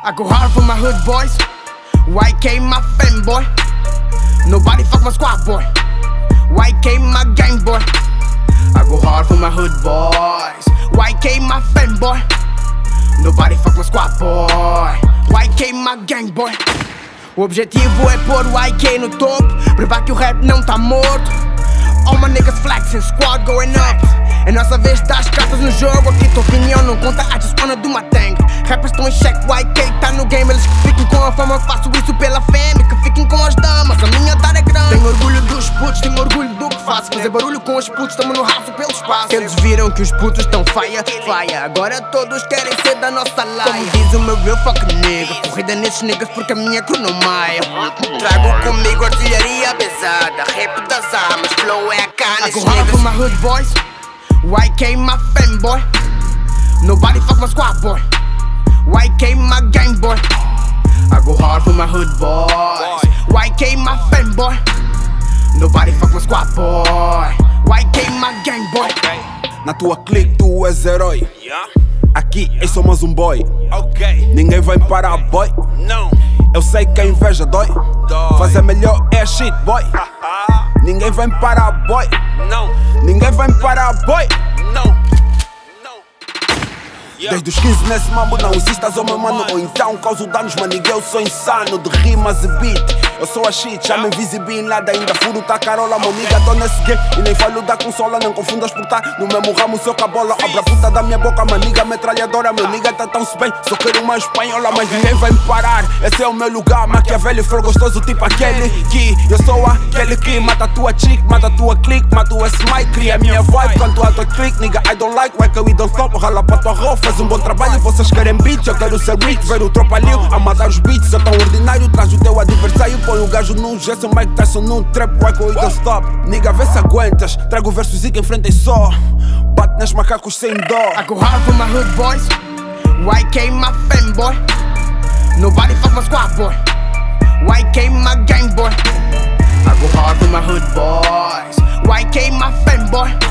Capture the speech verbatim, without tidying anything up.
I go hard for my hood boys. Y K my fanboy. Nobody fuck my squad boy. Y K my gang boy. I go hard for my hood boys. Y K my fanboy. Nobody fuck my squad boy. Y K my gang boy. O objetivo é pôr o Y K no topo, provar que o rap não tá morto. All my niggas flexing, squad going up. É nossa vez de dar as cartas no jogo. Aqui tua opinião não conta, I just wanna do my thing. Rappers estão em check, Y K tá no game. Eles que fiquem com a fama, faço isso pela fame. Que fiquem com as damas, a minha dar é grande. Tenho orgulho dos putos, tenho orgulho do que faço. Fazer barulho com os putos, tamo no raço pelo espaço. Eles viram que os putos estão faia, faia. Agora todos querem ser da nossa laia. Como diz o meu real fucking nigga, corrida nesses niggas porque a minha crew não maia. Trago comigo artilharia pesada, rap das armas, flow é a cara nesses niggas. I go hard for my hood boys. Y K my fanboy. Nobody fuck my squad boy. Y K my gang boy. I go hard for my hood boys. Y K my fanboy. Nobody fuck my squad boy. Y K my gang boy. Na tua clique tu és herói. Aqui eu sou mais um boy. Ninguém vai me parar, boy. Eu sei que a inveja dói. Fazer melhor é shit, boy. Ninguém vai me parar, boy. Ninguém vai me parar, boy. Desde os quinze nesse mambo não insistas ao meu mano. Ou então causo danos, maningue, eu sou insano de rimas e beat. Eu sou a shit, já me invisibil nada. Ainda furo tá carola, meu nigga, tô nesse game. E nem falo da consola, não confundas por tá no mesmo ramo, seu cabola. Abra a puta da minha boca, maniga, metralhadora. Meu nigga tá tão-se bem, só quero uma espanhola. Mas ninguém vai me parar, esse é o meu lugar. Maquiavelli, for gostoso, tipo aquele que eu sou aquele que mata a tua chick, mata a tua clique, mata o S-Mike. Cria a minha vibe, canto a tua clique. Nigga, I don't like, why can we don't stop? Rala pra tua roupa, faz um bom trabalho, vocês querem beats. Eu quero ser rich, ver o trapalhão a matar os beats. É tão ordinário, traz o teu adversário. Põe o gajo num gesso, Mike Tyson num trap. Why can we don't stop? Nigga, vê se aguentas. Trago versos e que enfrentem só. Bate nas macacos sem dó. I go hard for my hood boys. Y K my fanboy. Nobody fuck my squad boy. Y K my gang boy. I go hard for my hood boys. Y K my fanboy.